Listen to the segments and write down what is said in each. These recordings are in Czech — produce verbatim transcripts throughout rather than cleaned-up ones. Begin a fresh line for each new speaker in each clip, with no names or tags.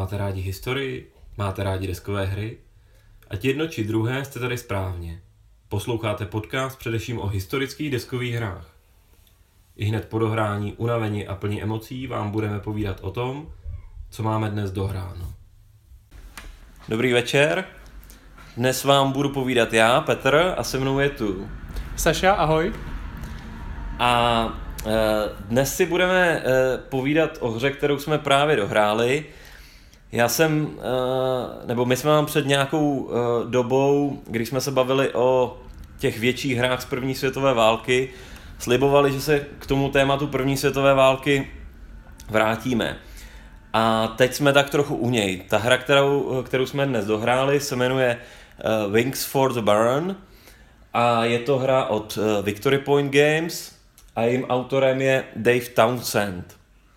Máte rádi historii? Máte rádi deskové hry? Ať jedno či druhé jste tady správně. Posloucháte podcast především o historických deskových hrách. I hned po dohrání, unavení a plní emocí vám budeme povídat o tom, co máme dnes dohráno. Dobrý večer. Dnes vám budu povídat já, Petr, a se mnou je tu
Saša, ahoj.
A e, dnes si budeme e, povídat o hře, kterou jsme právě dohráli. Já jsem, e, nebo my jsme vám před nějakou e, dobou, když jsme se bavili o těch větších hrách z první světové války, slibovali, že se k tomu tématu první světové války vrátíme. A teď jsme tak trochu u něj. Ta hra, kterou, kterou jsme dnes dohráli, se jmenuje uh, Wings for the Burn a je to hra od uh, Victory Point Games a jejím autorem je Dave Townsend.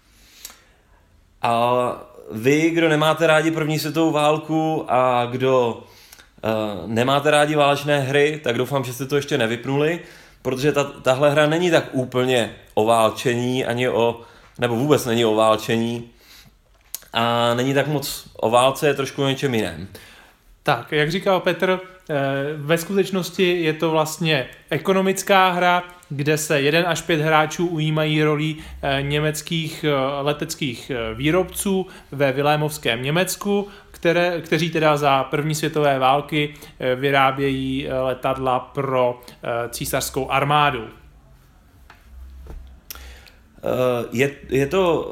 A vy, kdo nemáte rádi první světovou válku a kdo uh, nemáte rádi válečné hry, tak doufám, že jste to ještě nevypnuli, protože ta, tahle hra není tak úplně o válčení, ani o, nebo vůbec není o válčení, a není tak moc o válce, je trošku o něčem jiném.
Tak, jak říkal Petr, ve skutečnosti je to vlastně ekonomická hra, kde se jeden až pět hráčů ujímají rolí německých leteckých výrobců ve Vilémovském Německu, které, kteří teda za první světové války vyrábějí letadla pro císařskou armádu.
Je, je to...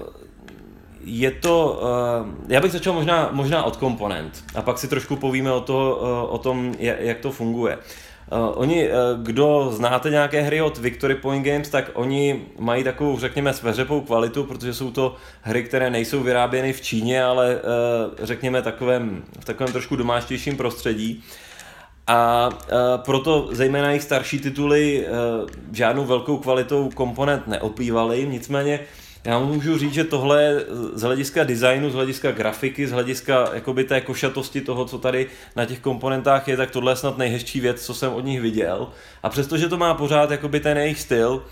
Je to, já bych začal možná, možná od komponent a pak si trošku povíme o, to, o tom, jak to funguje. Oni, kdo znáte nějaké hry od Victory Point Games, tak oni mají takovou, řekněme, sveřepou kvalitu, protože jsou to hry, které nejsou vyráběny v Číně, ale řekněme takovém, v takovém trošku domáčtějším prostředí. A proto zejména jejich starší tituly žádnou velkou kvalitou komponent neopívaly, nicméně já můžu říct, že tohle je z hlediska designu, z hlediska grafiky, z hlediska jakoby té košatosti toho, co tady na těch komponentách je, tak tohle je snad nejhezčí věc, co jsem od nich viděl. A přestože to má pořád jakoby ten jejich styl, uh,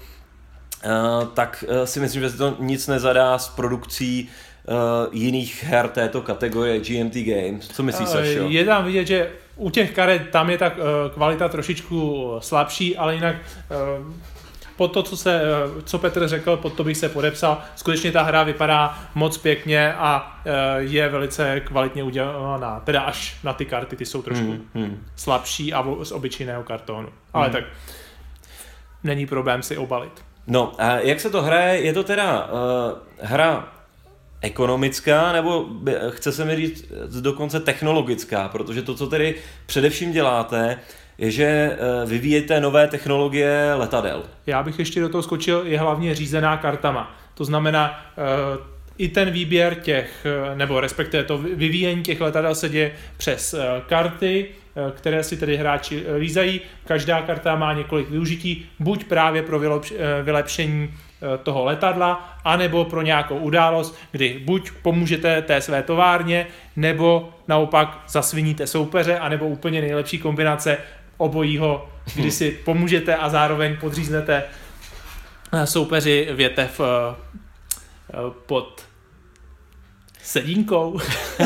tak uh, si myslím, že se to nic nezadá s produkcí uh, jiných her této kategorie G M T Games. Co myslíš, Sašo?
Je tam vidět, že u těch karet tam je ta uh, kvalita trošičku slabší, ale jinak... Uh, Pod to, co, se, co Petr řekl, pod to bych se podepsal. Skutečně ta hra vypadá moc pěkně a je velice kvalitně udělaná. Teda až na ty karty, ty jsou trošku hmm, hmm. slabší a z obyčejného kartonu. Ale hmm. tak není problém si obalit.
No a jak se to hraje? Je to teda uh, hra ekonomická, nebo chce se mi říct dokonce technologická, protože to, co tedy především děláte, je, že vyvíjete nové technologie letadel.
Já bych ještě do toho skočil, je hlavně řízená kartama. To znamená, i ten výběr těch, nebo respektive to vyvíjení těch letadel se děje přes karty, které si tedy hráči lízají. Každá karta má několik využití, buď právě pro vylepšení toho letadla, anebo pro nějakou událost, kdy buď pomůžete té své továrně, nebo naopak zasviníte soupeře, anebo úplně nejlepší kombinace obojího, kdy si pomůžete a zároveň podříznete soupeři větev pod sedínkou.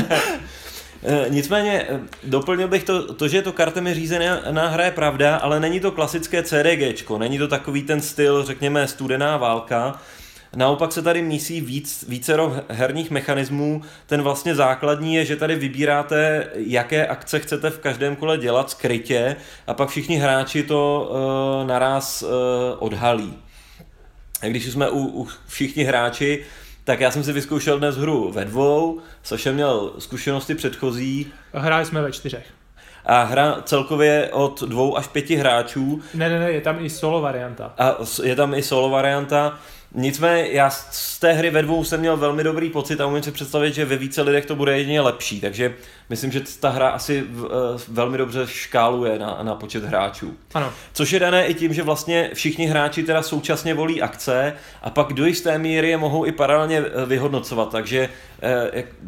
Nicméně doplnil bych to, to, že je to kartami řízená hra je pravda, ale není to klasické CDGčko, není to takový ten styl, řekněme, studená válka. Naopak se tady mísí víc, vícero herních mechanismů. Ten vlastně základní je, že tady vybíráte, jaké akce chcete v každém kole dělat skrytě a pak všichni hráči to uh, naraz uh, odhalí. A když jsme u, u všichni hráči, tak já jsem si vyzkoušel dnes hru ve dvou, Saša měl zkušenosti předchozí.
Hráli jsme ve čtyřech.
A hra celkově od dvou až pěti hráčů.
Ne, ne, ne, je tam i solo varianta.
A je tam i solo varianta. Nicméně já z té hry ve dvou jsem měl velmi dobrý pocit a umím si představit, že ve více lidech to bude jedině lepší, takže myslím, že ta hra asi velmi dobře škáluje na, na počet hráčů.
Ano.
Což je dané i tím, že vlastně všichni hráči teda současně volí akce a pak do jisté míry je mohou i paralelně vyhodnocovat, takže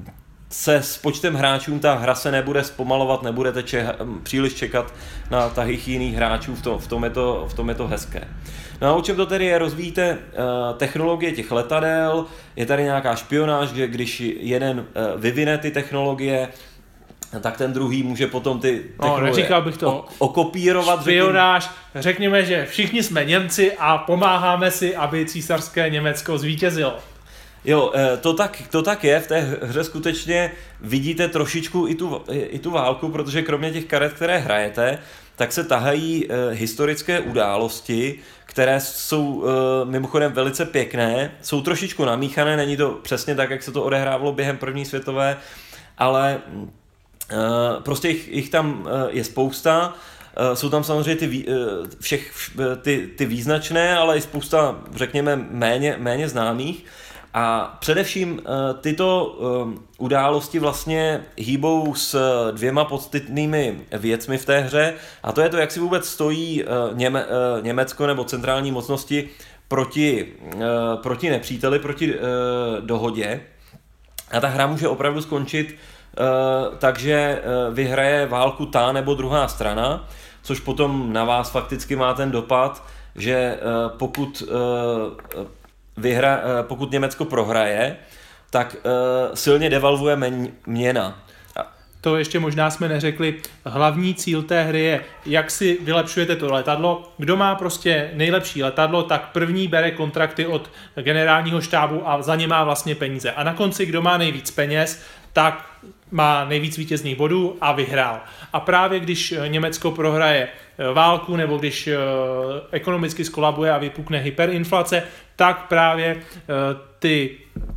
se s počtem hráčů ta hra se nebude zpomalovat, nebudete čeha, příliš čekat na tahy jiných hráčů, v tom, v, tom je to, v tom je to hezké. No a o čem to tedy je? Rozvíjíte uh, technologie těch letadel, je tady nějaká špionáž, že když jeden uh, vyvine ty technologie, tak ten druhý může potom ty technologie
no, bych to.
O, okopírovat.
Špionáž, řekněme, že všichni jsme Němci a pomáháme si, aby císařské Německo zvítězilo.
Jo, to tak, to tak je, v té hře skutečně vidíte trošičku i tu, i tu válku, protože kromě těch karet, které hrajete, tak se tahají eh, historické události, které jsou eh, mimochodem velice pěkné, jsou trošičku namíchané, není to přesně tak, jak se to odehrávalo během první světové, ale eh, prostě jich, jich tam eh, je spousta. Jsou tam samozřejmě ty, všech, ty, ty význačné, ale i spousta, řekněme, méně, méně známých. A především tyto události vlastně hýbou s dvěma podstatnými věcmi v té hře, a to je to, jak si vůbec stojí Něme, Německo nebo centrální mocnosti proti, proti nepříteli, proti dohodě. A ta hra může opravdu skončit takže vyhraje válku ta nebo druhá strana, což potom na vás fakticky má ten dopad, že pokud Vyhra, pokud Německo prohraje, tak uh, silně devalvuje měna.
To ještě možná jsme neřekli. Hlavní cíl té hry je, jak si vylepšujete to letadlo. Kdo má prostě nejlepší letadlo, tak první bere kontrakty od generálního štábu a za ně má vlastně peníze. A na konci, kdo má nejvíc peněz, tak má nejvíc vítězných bodů a vyhrál. A právě když Německo prohraje válku nebo když ekonomicky skolabuje a vypukne hyperinflace, tak právě ty,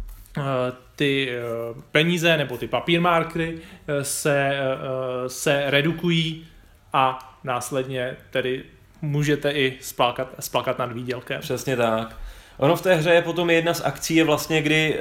ty peníze nebo ty papírmarkery se, se redukují a následně tedy můžete i splakat, splakat nad výdělkem.
Přesně tak. Ono v té hře je potom jedna z akcí, je vlastně, kdy,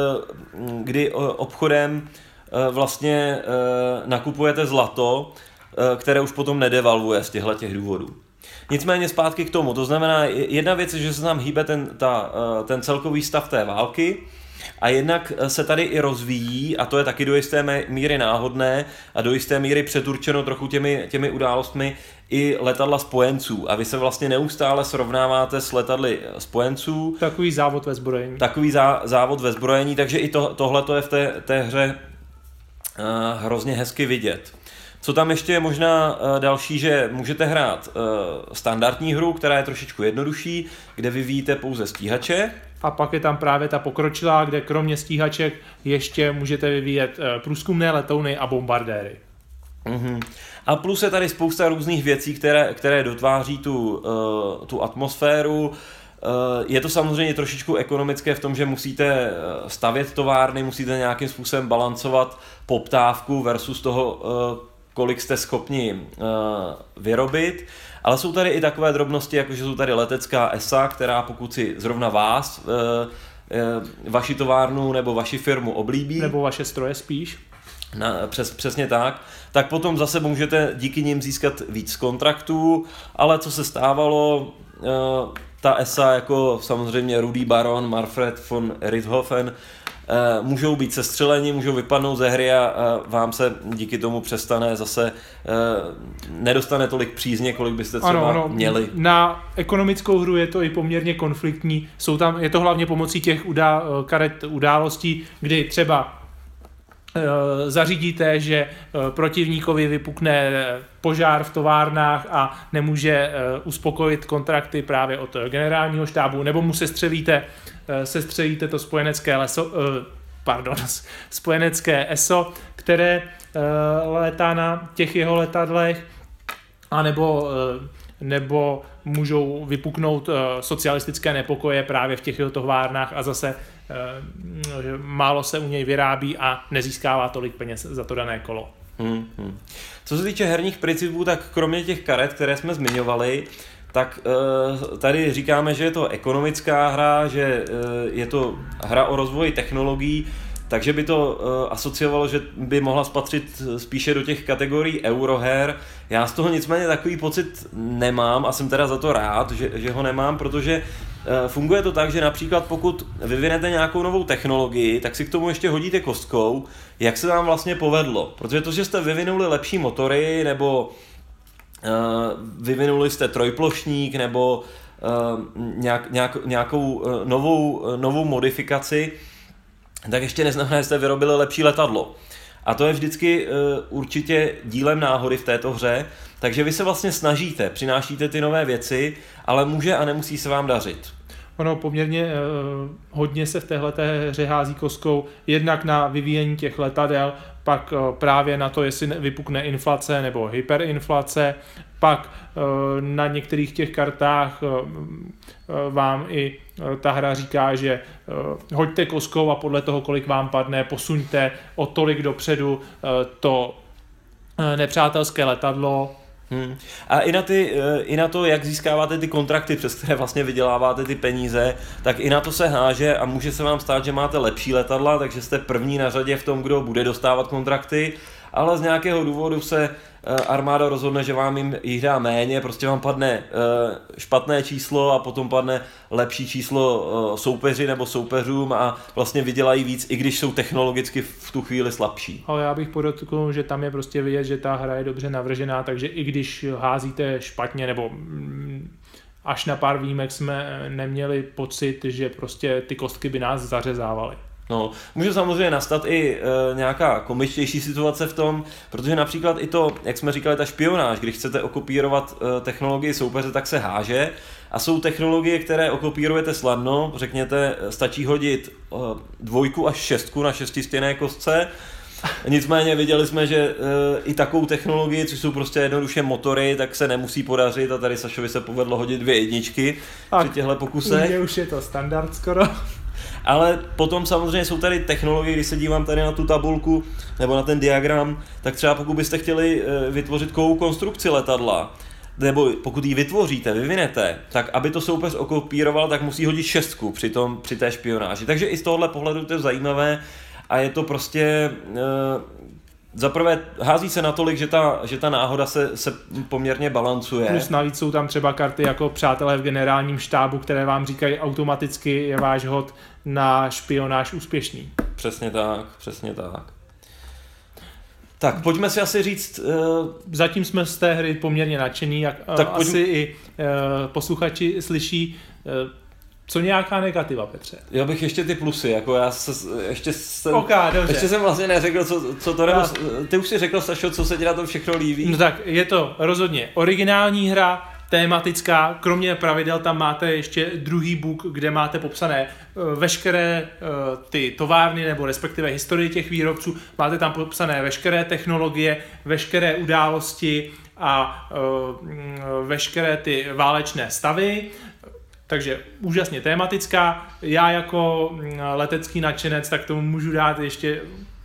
kdy obchodem vlastně nakupujete zlato, které už potom nedevalvuje z těchto těch důvodů. Nicméně zpátky k tomu, to znamená, jedna věc je, že se nám hýbe ten, ta, ten celkový stav té války, a jednak se tady i rozvíjí, a to je taky do jisté míry náhodné a do jisté míry předurčeno trochu těmi, těmi událostmi, i letadla spojenců. A vy se vlastně neustále srovnáváte s letadly spojenců.
Takový závod ve zbrojení.
Takový zá, závod ve zbrojení, takže i to, tohle je v té, té hře uh, hrozně hezky vidět. Co tam ještě je možná uh, další, že můžete hrát uh, standardní hru, která je trošičku jednodušší, kde vyvíjíte pouze stíhače.
A pak je tam právě ta pokročilá, kde kromě stíhaček ještě můžete vyvíjet uh, průzkumné letouny a bombardéry.
Mm-hmm. A plus je tady spousta různých věcí, které, které dotváří tu, uh, tu atmosféru. Uh, je to samozřejmě trošičku ekonomické v tom, že musíte stavět továrny, musíte nějakým způsobem balancovat poptávku versus toho, uh, kolik jste schopni uh, vyrobit. Ale jsou tady i takové drobnosti, jako že jsou tady letecká E S A, která pokud si zrovna vás, uh, uh, vaši továrnu nebo vaši firmu oblíbí.
Nebo vaše stroje spíš.
Na, přes, přesně tak, tak potom zase můžete díky nim získat víc kontraktů, ale co se stávalo, uh, ta E S A jako samozřejmě Rudý baron, Manfred von Richthofen, uh, můžou být sestřeleni, můžou vypadnout ze hry a uh, vám se díky tomu přestane zase, uh, nedostane tolik přízně, kolik byste třeba ano, ano. měli.
Na ekonomickou hru je to i poměrně konfliktní, jsou tam, je to hlavně pomocí těch udá, karet událostí, kdy třeba zařídíte, že protivníkovi vypukne požár v továrnách a nemůže uspokojit kontrakty právě od generálního štábu, nebo mu sestřelíte, sestřelíte to spojenecké leso, pardon, spojenecké E S O, které létá na těch jeho letadlech, anebo nebo můžou vypuknout socialistické nepokoje právě v těch jeho továrnách a zase málo se u něj vyrábí a nezískává tolik peněz za to dané kolo.
Hmm, hmm. Co se týče herních principů, tak kromě těch karet, které jsme zmiňovali, tak uh, tady říkáme, že je to ekonomická hra, že uh, je to hra o rozvoji technologií, takže by to uh, asociovalo, že by mohla spatřit spíše do těch kategorií euroher. Já z toho nicméně takový pocit nemám a jsem teda za to rád, že, že ho nemám, protože funguje to tak, že například pokud vyvinete nějakou novou technologii, tak si k tomu ještě hodíte kostkou, jak se vám vlastně povedlo. Protože to, že jste vyvinuli lepší motory, nebo uh, vyvinuli jste trojplošník, nebo uh, nějak, nějak, nějakou uh, novou, uh, novou modifikaci, tak ještě neznamená, že jste vyrobili lepší letadlo. A to je vždycky uh, určitě dílem náhody v této hře, takže vy se vlastně snažíte, přinášíte ty nové věci, ale může a nemusí se vám dařit.
Ono poměrně eh, hodně se v téhleté hře hází kostkou jednak na vyvíjení těch letadel, pak eh, právě na to, jestli vypukne inflace nebo hyperinflace, pak eh, na některých těch kartách eh, eh, vám i eh, ta hra říká, že eh, hoďte kostkou a podle toho, kolik vám padne, posuňte o tolik dopředu eh, to eh, nepřátelské letadlo.
Hmm. A i na, ty, i na to, jak získáváte ty kontrakty, přes které vlastně vyděláváte ty peníze, tak i na to se háže a může se vám stát, že máte lepší letadla, takže jste první na řadě v tom, kdo bude dostávat kontrakty, ale z nějakého důvodu se armáda rozhodne, že vám jim jich dá méně, prostě vám padne špatné číslo a potom padne lepší číslo soupeři nebo soupeřům a vlastně vydělají víc, i když jsou technologicky v tu chvíli slabší.
Ale já bych podotknul, že tam je prostě vidět, že ta hra je dobře navržená, takže i když házíte špatně nebo až na pár výjimek jsme neměli pocit, že prostě ty kostky by nás zařezávaly.
No, může samozřejmě nastat i e, nějaká komičtější situace v tom, protože například i to, jak jsme říkali, ta špionáž, když chcete okopírovat e, technologii soupeře, tak se háže a jsou technologie, které okopírujete snadno, řekněte, stačí hodit e, dvojku až šestku na šestistěnné kostce, nicméně viděli jsme, že e, i takovou technologii, což jsou prostě jednoduše motory, tak se nemusí podařit a tady Sašovi se povedlo hodit dvě jedničky tak, při těchto pokusech.
Tak, už je to standard skoro.
Ale potom samozřejmě jsou tady technologie, když se dívám tady na tu tabulku nebo na ten diagram, tak třeba pokud byste chtěli vytvořit kovou konstrukci letadla, nebo pokud ji vytvoříte, vyvinete, tak aby to soupeř okopíroval, tak musí hodit šestku při, tom, při té špionáži. Takže i z tohohle pohledu to je zajímavé a je to prostě... E, zaprvé hází se natolik, že ta, že ta náhoda se, se poměrně balancuje.
Plus navíc jsou tam třeba karty jako přátelé v generálním štábu, které vám říkají automaticky, je váš hod na špionáž úspěšný.
Přesně tak, přesně tak. Tak, pojďme si asi říct... Uh...
Zatím jsme z té hry poměrně nadšený, jak tak asi pojďme... i uh, posluchači slyší. Uh, Co nějaká negativa, Petře?
Já bych ještě ty plusy, jako já se, ještě jsem,
okay,
ještě jsem vlastně neřekl, co, co to, nebo ty už si řekl, Sašo, co se ti na tom všechno líbí?
No tak, je to rozhodně originální hra, tematická, kromě pravidel tam máte ještě druhý book, kde máte popsané uh, veškeré uh, ty továrny, nebo respektive historii těch výrobců, máte tam popsané veškeré technologie, veškeré události a uh, veškeré ty válečné stavy. Takže úžasně tématická. Já jako letecký nadšenec tak tomu můžu dát ještě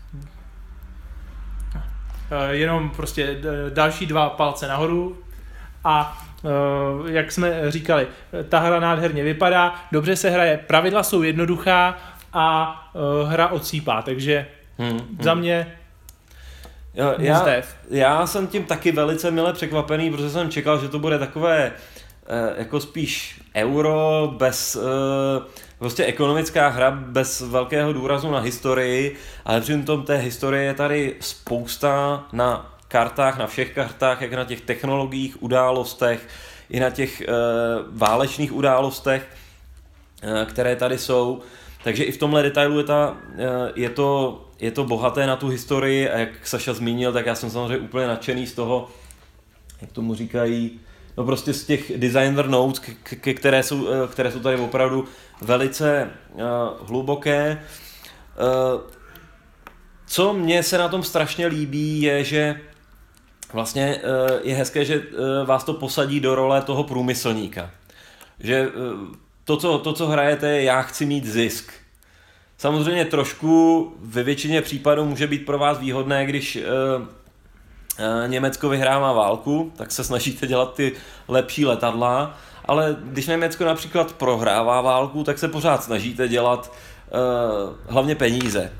jenom prostě další dva palce nahoru. A jak jsme říkali, ta hra nádherně vypadá, dobře se hraje, pravidla jsou jednoduchá a hra odsýpá, takže hmm, hmm. za mě
jo, já, já jsem tím taky velice mile překvapený, protože jsem čekal, že to bude takové jako spíš euro, bez prostě ekonomická hra, bez velkého důrazu na historii, ale přitom té historie je tady spousta na kartách, na všech kartách, jak na těch technologiích, událostech, i na těch válečných událostech, které tady jsou. Takže i v tomhle detailu je, ta, je, to, je to bohaté na tu historii a jak Saša zmínil, tak já jsem samozřejmě úplně nadšený z toho, jak tomu říkají, no prostě z těch designer notes, k- k- které, jsou, které jsou tady opravdu velice uh, hluboké. Uh, co mně se na tom strašně líbí, je, že vlastně uh, je hezké, že uh, vás to posadí do role toho průmyslníka. Že uh, to, co, to, co hrajete, je já chci mít zisk. Samozřejmě trošku ve většině případů může být pro vás výhodné, když uh, Německo vyhrává válku, tak se snažíte dělat ty lepší letadla, ale když Německo například prohrává válku, tak se pořád snažíte dělat uh, hlavně peníze.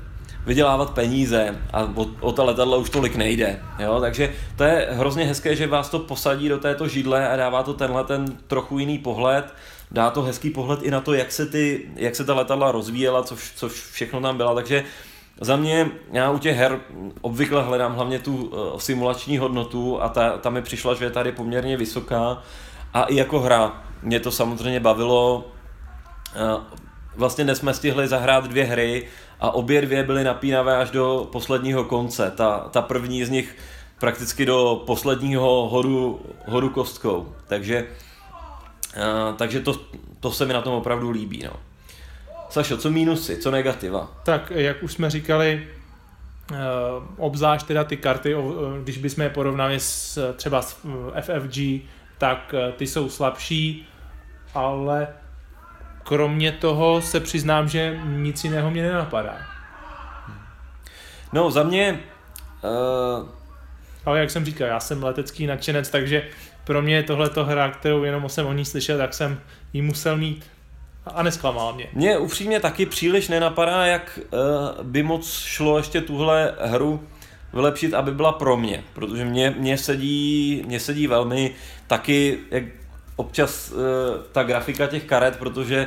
vydělávat peníze a o, o ta letadla už tolik nejde. Jo? Takže to je hrozně hezké, že vás to posadí do této židle a dává to tenhle ten trochu jiný pohled. Dá to hezký pohled i na to, jak se, ty, jak se ta letadla rozvíjela, co, co všechno tam byla. Takže za mě, já u těch her obvykle hledám hlavně tu uh, simulační hodnotu a ta, ta mi přišla, že je tady poměrně vysoká. A i jako hra mě to samozřejmě bavilo. Uh, vlastně dnes jsme stihli zahrát dvě hry a obě dvě byly napínavé až do posledního konce. Ta, ta první z nich prakticky do posledního hodu, hodu kostkou. Takže, uh, takže to, to se mi na tom opravdu líbí. No. Sašo, co mínusy, co negativa?
Tak, jak už jsme říkali, obzvlášť teda ty karty, když bychom je porovnali s, třeba s F F G, tak ty jsou slabší, ale kromě toho se přiznám, že nic jiného mě nenapadá.
No, za mě... Uh...
Ale jak jsem říkal, já jsem letecký nadšenec, takže pro mě je tohleto hra, kterou jenom jsem o ní slyšel, tak jsem ji musel mít. A nesklamal mě.
Mně upřímně taky příliš nenapadá, jak uh, by moc šlo ještě tuhle hru vylepšit, aby byla pro mě. Protože mě, mě, sedí, mě sedí velmi taky jak občas uh, ta grafika těch karet, protože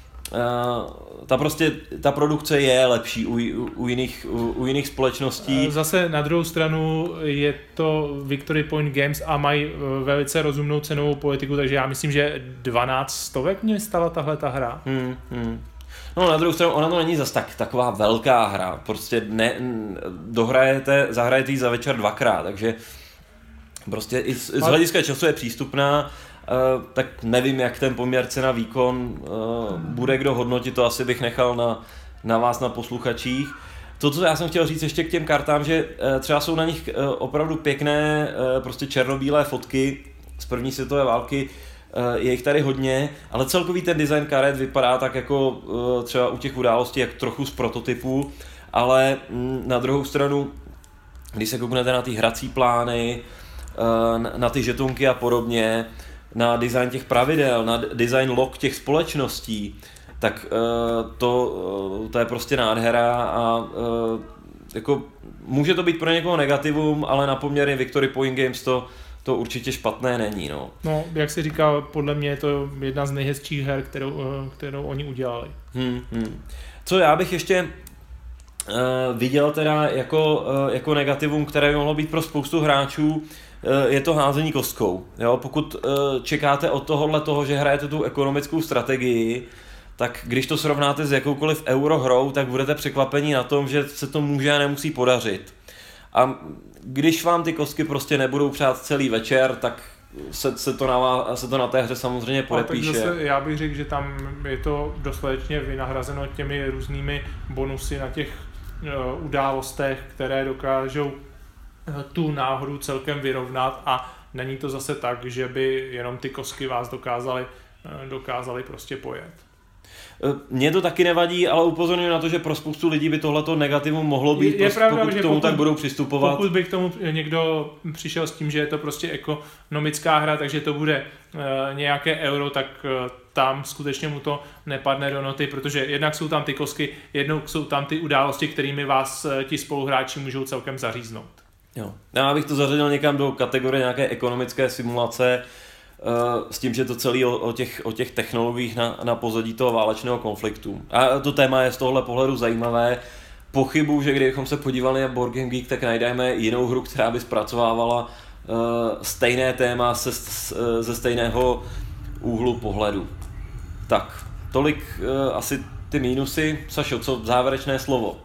uh, ta prostě, ta produkce je lepší u, u, u, jiných, u, u jiných společností.
Zase na druhou stranu je to Victory Point Games a mají velice rozumnou cenovou politiku, takže já myslím, že dvanáct stovek mě stala tahle ta hra.
Hmm, hmm. No na druhou stranu, ona to není zas tak taková velká hra, prostě ne, dohrajete, zahrajete ji za večer dvakrát, takže prostě i z, z hlediska času je přístupná. Uh, tak nevím, jak ten poměr cena výkon uh, bude kdo hodnotit, to asi bych nechal na, na vás, na posluchačích. To, co já jsem chtěl říct ještě k těm kartám, že uh, třeba jsou na nich uh, opravdu pěkné uh, prostě černobílé fotky z první světové války, uh, je jich tady hodně, ale celkový ten design karet vypadá tak jako uh, třeba u těch událostí jak trochu z prototypu, ale mm, na druhou stranu, když se kouknete na ty hrací plány, uh, na, na ty žetonky a podobně, na design těch pravidel, na design log těch společností, tak uh, to, uh, to je prostě nádhera a uh, jako může to být pro někoho negativum, ale na poměry Victory Point Games to, to určitě špatné není. No.
no, jak jsi říkal, podle mě je to jedna z nejhezčích her, kterou, uh, kterou oni udělali.
Hmm, hmm. Co já bych ještě uh, viděl teda jako, uh, jako negativum, které by mohlo být pro spoustu hráčů, je to házení kostkou. Jo? Pokud čekáte od tohohle toho, že hrajete tu ekonomickou strategii, tak když to srovnáte s jakoukoliv eurohrou, tak budete překvapení na tom, že se to může a nemusí podařit. A když vám ty kostky prostě nebudou přát celý večer, tak se, se, to, na, se to na té hře samozřejmě podepíše.
Tak zase já bych řekl, že tam je to dostatečně vynahrazeno těmi různými bonusy na těch uh, událostech, které dokážou tu náhodu celkem vyrovnat a není to zase tak, že by jenom ty kostky vás dokázaly, dokázaly prostě pojet.
Mně to taky nevadí, ale upozorňuji na to, že pro spoustu lidí by tohleto negativum mohlo být,
je, je pravda,
pokud
že
k tomu
pokud,
tak budou přistupovat.
Pokud by k tomu někdo přišel s tím, že je to prostě ekonomická hra, takže to bude uh, nějaké euro, tak uh, tam skutečně mu to nepadne do noty, protože jednak jsou tam ty kostky, jednak jsou tam ty události, kterými vás uh, ti spoluhráči můžou celkem zaříznout.
Jo. Já bych to zařadil někam do kategorie nějaké ekonomické simulace uh, s tím, že to celé o, o, těch, o těch technologiích na, na pozadí toho válečného konfliktu. A to téma je z tohohle pohledu zajímavé. Pochybuju, že kdybychom se podívali na Board Game Geek, tak najdeme jinou hru, která by zpracovávala uh, stejné téma se, s, ze stejného úhlu pohledu. Tak, tolik uh, asi ty mínusy. Sašo, co závěrečné slovo?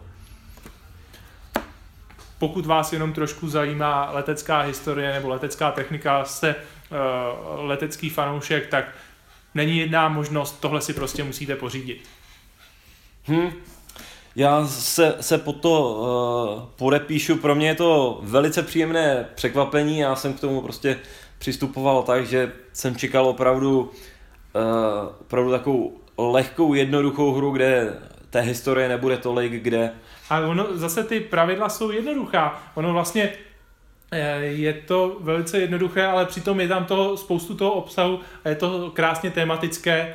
Pokud vás jenom trošku zajímá letecká historie nebo letecká technika, jste uh, letecký fanoušek, tak není jedna možnost, tohle si prostě musíte pořídit.
Hmm. Já se, se po to uh, podepíšu, pro mě je to velice příjemné překvapení, já jsem k tomu prostě přistupoval tak, že jsem čekal opravdu, uh, opravdu takovou lehkou, jednoduchou hru, kde té historie nebude tolik, kde...
Ale ono, zase ty pravidla jsou jednoduchá. Ono vlastně je to velice jednoduché, ale přitom je tam toho, spoustu toho obsahu a je to krásně tematické.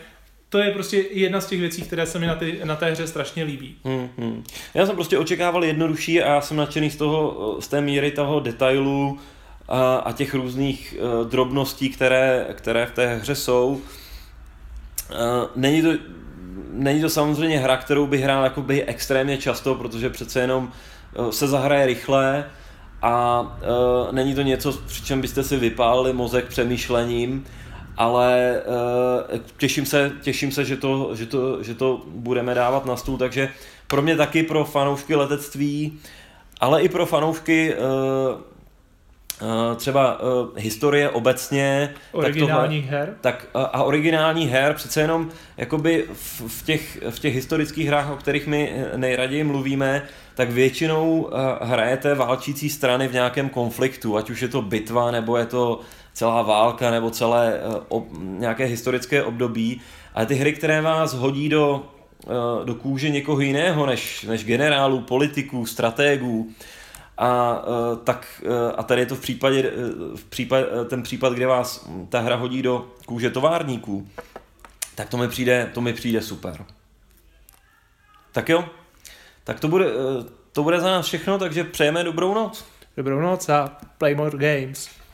to je prostě jedna z těch věcí, které se mi na, ty, na té hře strašně líbí.
Hmm, hmm. Já jsem prostě očekával jednodušší a já jsem nadšený z toho, z té míry toho detailu a, a těch různých uh, drobností, které, které v té hře jsou. Uh, není to, není to samozřejmě hra, kterou bych hrál jakoby extrémně často, protože přece jenom uh, se zahraje rychle a uh, není to něco, při čem byste si vypálili mozek přemýšlením, ale uh, těším se, těším se, že to, že, to, že to budeme dávat na stůl, takže pro mě taky, pro fanoušky letectví, ale i pro fanoušky uh, uh, třeba uh, historie obecně.
Originálních her?
Tak, uh, a originální her, přece jenom jakoby v, v, těch, v těch historických hrách, o kterých my nejraději mluvíme, tak většinou uh, hrajete válčící strany v nějakém konfliktu, ať už je to bitva, nebo je to celá válka, nebo celé uh, ob, nějaké historické období. Ale ty hry, které vás hodí do, uh, do kůže někoho jiného, než, než generálů, politiků, stratégů, a, uh, tak, uh, a tady je to v případě, uh, v případ, uh, ten případ, kde vás ta hra hodí do kůže továrníků, tak to mi přijde, to mi přijde super. Tak jo, tak to bude, uh, to bude za nás všechno, takže přejeme dobrou noc.
Dobrou noc a play more games.